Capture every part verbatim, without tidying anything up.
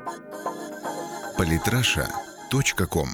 политраша точка ком.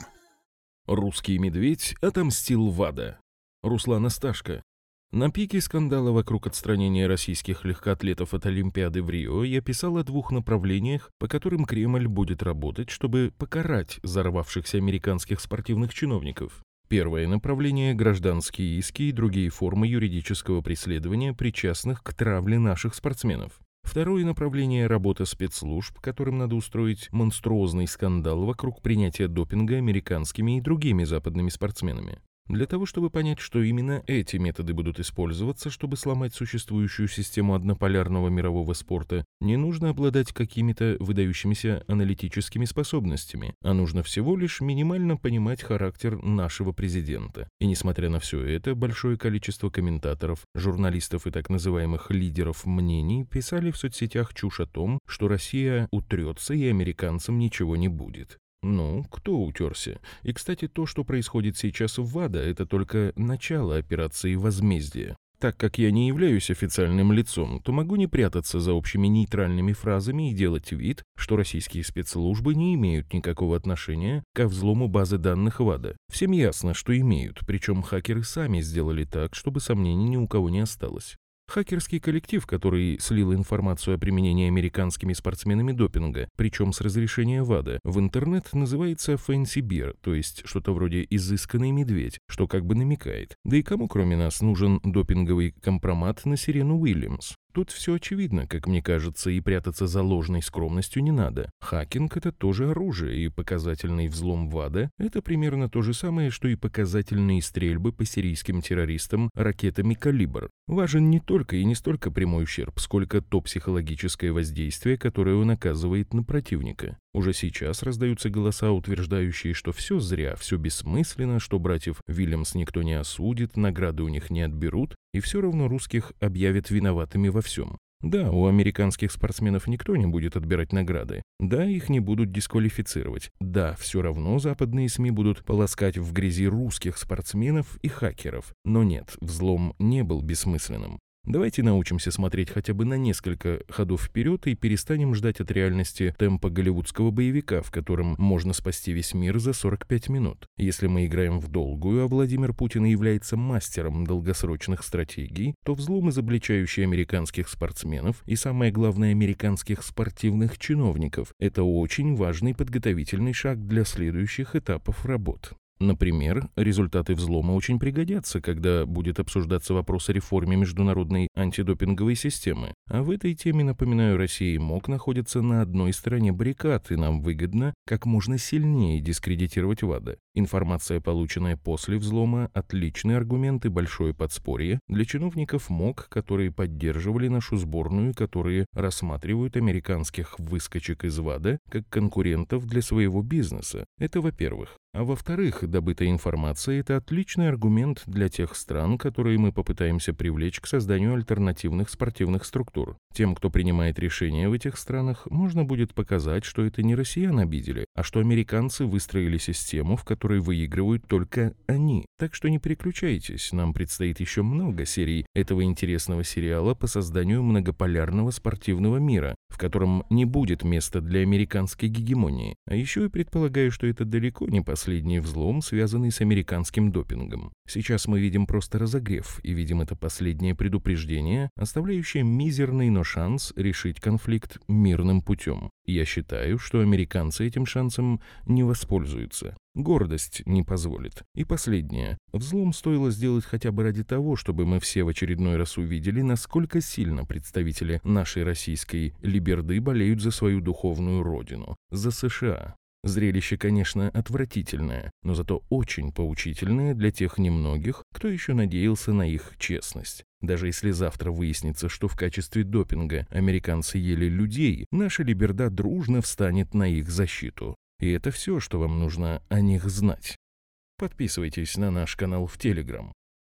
Русский медведь отомстил ВАДА. Руслан Асташко. На пике скандала вокруг отстранения российских легкоатлетов от Олимпиады в Рио я писал о двух направлениях, по которым Кремль будет работать, чтобы покарать взорвавшихся американских спортивных чиновников. Первое направление – гражданские иски и другие формы юридического преследования причастных к травле наших спортсменов. Второе направление – работа спецслужб, которым надо устроить монструозный скандал вокруг принятия допинга американскими и другими западными спортсменами. Для того, чтобы понять, что именно эти методы будут использоваться, чтобы сломать существующую систему однополярного мирового спорта, не нужно обладать какими-то выдающимися аналитическими способностями, а нужно всего лишь минимально понимать характер нашего президента. И несмотря на все это, большое количество комментаторов, журналистов и так называемых лидеров мнений писали в соцсетях чушь о том, что Россия утрется и американцам ничего не будет. Ну, кто утерся? И, кстати, то, что происходит сейчас в ВАДА, это только начало операции возмездия. Так как я не являюсь официальным лицом, то могу не прятаться за общими нейтральными фразами и делать вид, что российские спецслужбы не имеют никакого отношения ко взлому базы данных ВАДА. Всем ясно, что имеют, причем хакеры сами сделали так, чтобы сомнений ни у кого не осталось. Хакерский коллектив, который слил информацию о применении американскими спортсменами допинга, причем с разрешения ВАДА, в интернет называется Fancy Bear, то есть что-то вроде изысканный медведь, что как бы намекает. Да и кому кроме нас нужен допинговый компромат на Серену Уильямс? Тут все очевидно, как мне кажется, и прятаться за ложной скромностью не надо. Хакинг – это тоже оружие, и показательный взлом ВАДА – это примерно то же самое, что и показательные стрельбы по сирийским террористам ракетами «Калибр». Важен не только и не столько прямой ущерб, сколько то психологическое воздействие, которое он оказывает на противника. Уже сейчас раздаются голоса, утверждающие, что все зря, все бессмысленно, что братьев Уильямс никто не осудит, награды у них не отберут, и все равно русских объявят виноватыми во всем. Да, у американских спортсменов никто не будет отбирать награды. Да, их не будут дисквалифицировать. Да, все равно западные СМИ будут полоскать в грязи русских спортсменов и хакеров. Но нет, взлом не был бессмысленным. Давайте научимся смотреть хотя бы на несколько ходов вперед и перестанем ждать от реальности темпа голливудского боевика, в котором можно спасти весь мир за сорок пять минут. Если мы играем в долгую, а Владимир Путин является мастером долгосрочных стратегий, то взлом, изобличающий американских спортсменов и, самое главное, американских спортивных чиновников, это очень важный подготовительный шаг для следующих этапов работ. Например, результаты взлома очень пригодятся, когда будет обсуждаться вопрос о реформе международной антидопинговой системы. А в этой теме, напоминаю, Россия и МОК находятся на одной стороне баррикад, и нам выгодно как можно сильнее дискредитировать ВАДА. Информация, полученная после взлома, отличный аргумент и большое подспорье для чиновников МОК, которые поддерживали нашу сборную, которые рассматривают американских выскочек из ВАДА как конкурентов для своего бизнеса. Это во-первых. А во-вторых, добытая информация – это отличный аргумент для тех стран, которые мы попытаемся привлечь к созданию альтернативных спортивных структур. Тем, кто принимает решения в этих странах, можно будет показать, что это не россиян обидели, а что американцы выстроили систему, в которой выигрывают только они. Так что не переключайтесь, нам предстоит еще много серий этого интересного сериала по созданию многополярного спортивного мира, в котором не будет места для американской гегемонии. А еще я предполагаю, что это далеко не последний взлом, связанный с американским допингом. Сейчас мы видим просто разогрев, и видим это последнее предупреждение, оставляющее мизерный, но шанс решить конфликт мирным путем. Я считаю, что американцы этим шансом не воспользуются. Гордость не позволит. И последнее. Взлом стоило сделать хотя бы ради того, чтобы мы все в очередной раз увидели, насколько сильно представители нашей российской либерды болеют за свою духовную родину, за США. Зрелище, конечно, отвратительное, но зато очень поучительное для тех немногих, кто еще надеялся на их честность. Даже если завтра выяснится, что в качестве допинга американцы ели людей, наша либерда дружно встанет на их защиту. И это все, что вам нужно о них знать. Подписывайтесь на наш канал в Телеграм.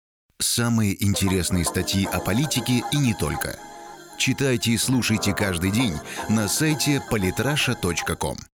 Самые интересные статьи о политике и не только. Читайте и слушайте каждый день на сайте политраша точка ком.